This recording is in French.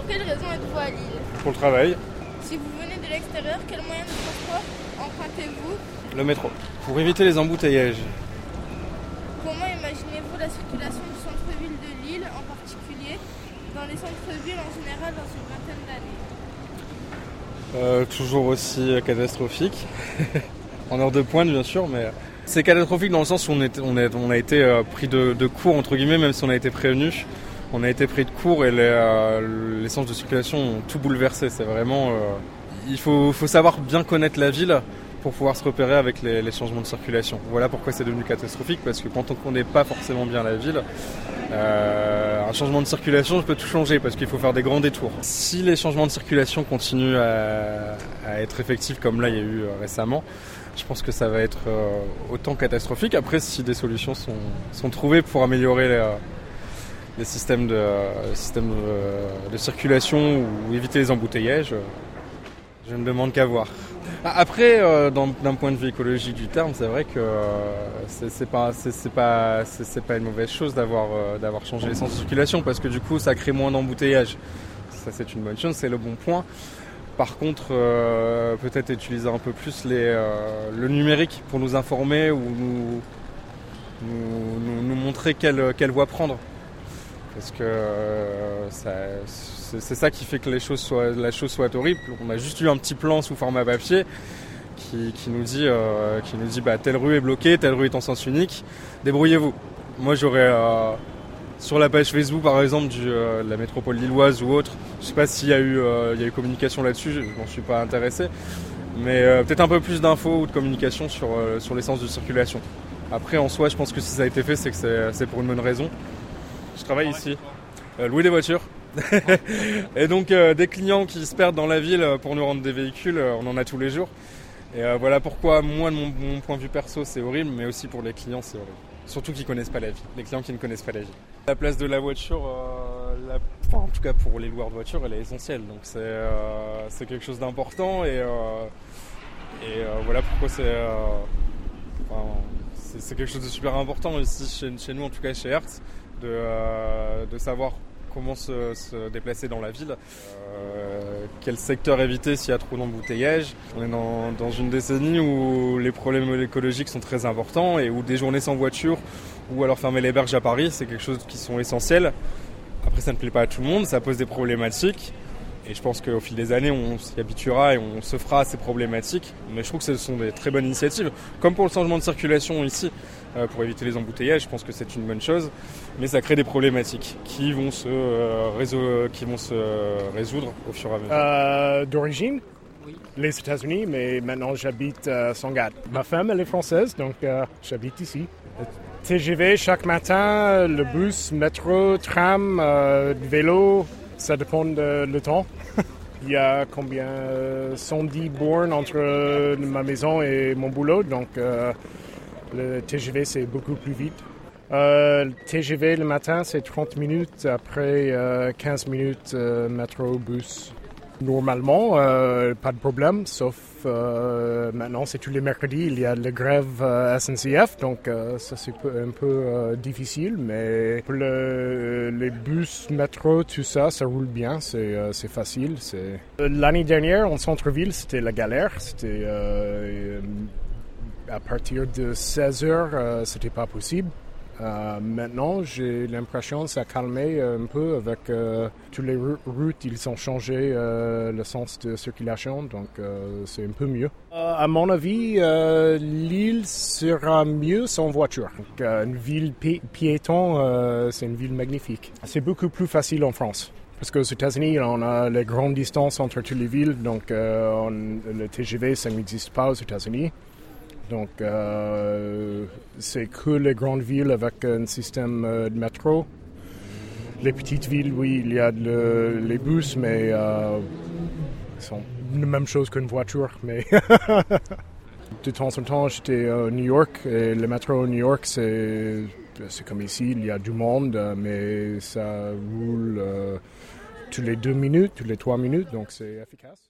quelle raison êtes-vous à Lille? Pour le travail. Si vous venez de l'extérieur, quel moyen de transport empruntez-vous? Le métro. Pour éviter les embouteillages. Comment imaginez-vous la circulation du centre-ville de Lille en particulier, dans les centres-villes en général dans une vingtaine d'années? Toujours aussi catastrophique. En heure de pointe bien sûr, mais c'est catastrophique dans le sens où on a été pris de court entre guillemets, même si on a été prévenu. On a été pris de court et les sens de circulation ont tout bouleversé. C'est vraiment, il faut savoir bien connaître la ville pour pouvoir se repérer avec les changements de circulation. Voilà pourquoi c'est devenu catastrophique, parce que quand on ne connaît pas forcément bien la ville, un changement de circulation peut tout changer, parce qu'il faut faire des grands détours. Si les changements de circulation continuent à être effectifs comme là il y a eu récemment, je pense que ça va être autant catastrophique. Après, si des solutions sont trouvées pour améliorer les systèmes de circulation ou éviter les embouteillages, je ne demande qu'à voir. Après, d'un point de vue écologique du terme, c'est vrai que c'est pas une mauvaise chose d'avoir changé les sens de circulation, parce que du coup ça crée moins d'embouteillages. Ça, c'est une bonne chose, c'est le bon point. Par contre, peut-être utiliser un peu plus le numérique pour nous informer ou nous montrer quelle voie prendre. Parce que c'est ça qui fait que la chose soit horrible. On a juste eu un petit plan sous format papier qui nous dit telle rue est bloquée, telle rue est en sens unique, débrouillez-vous. Moi j'aurais sur la page Facebook par exemple de la métropole lilloise ou autre, je sais pas s'il y a eu communication là-dessus, je m'en suis pas intéressé, mais peut-être un peu plus d'infos ou de communication sur les sens de circulation. Après en soi je pense que si ça a été fait c'est que c'est pour une bonne raison. Je travaille ici, louer des voitures. Et donc des clients qui se perdent dans la ville pour nous rendre des véhicules, on en a tous les jours. Et voilà pourquoi moi de mon point de vue perso c'est horrible, mais aussi pour les clients c'est horrible. Surtout qui ne connaissent pas la vie, les clients qui ne connaissent pas la vie. La place de la voiture, en tout cas pour les loueurs de voitures, elle est essentielle. Donc c'est quelque chose d'important et voilà pourquoi c'est quelque chose de super important ici chez nous, en tout cas chez Hertz, de savoir comment se déplacer dans la ville, quel secteur éviter s'il y a trop d'embouteillages. On est dans une décennie où les problèmes écologiques sont très importants et où des journées sans voiture ou alors fermer les berges à Paris, c'est quelque chose qui sont essentiels. Après, ça ne plaît pas à tout le monde, ça pose des problématiques. Et je pense qu'au fil des années, on s'y habituera et on se fera à ces problématiques. Mais je trouve que ce sont des très bonnes initiatives. Comme pour le changement de circulation ici, pour éviter les embouteillages, je pense que c'est une bonne chose. Mais ça crée des problématiques qui vont se résoudre au fur et à mesure. D'origine, oui. Les États-Unis, mais maintenant j'habite à Sangatte. Ma femme, elle est française, donc j'habite ici. TGV chaque matin, le bus, métro, tram, vélo, ça dépend du temps. Il y a combien 110 bornes entre ma maison et mon boulot, donc le TGV c'est beaucoup plus vite. Le TGV le matin c'est 30 minutes, après 15 minutes métro, bus. Normalement, pas de problème, sauf maintenant c'est tous les mercredis, il y a la grève SNCF, donc ça c'est un peu difficile, mais pour les bus, métro, tout ça, ça roule bien, c'est facile. L'année dernière, en centre-ville, c'était la galère, c'était à partir de 16h, c'était pas possible. Maintenant, j'ai l'impression que ça a calmé un peu avec toutes les routes, ils ont changé le sens de circulation, donc c'est un peu mieux. À mon avis, Lille sera mieux sans voiture. Donc, une ville piéton, c'est une ville magnifique. C'est beaucoup plus facile en France. Parce qu'aux États-Unis, on a les grandes distances entre toutes les villes, donc le TGV, ça n'existe pas aux États-Unis. Donc, c'est que les grandes villes avec un système de métro. Les petites villes, oui, il y a les bus, mais ils sont la même chose qu'une voiture. Mais de temps en temps, j'étais à New York, et le métro à New York, c'est comme ici, il y a du monde, mais ça roule tous les 2 minutes, tous les 3 minutes, donc c'est efficace.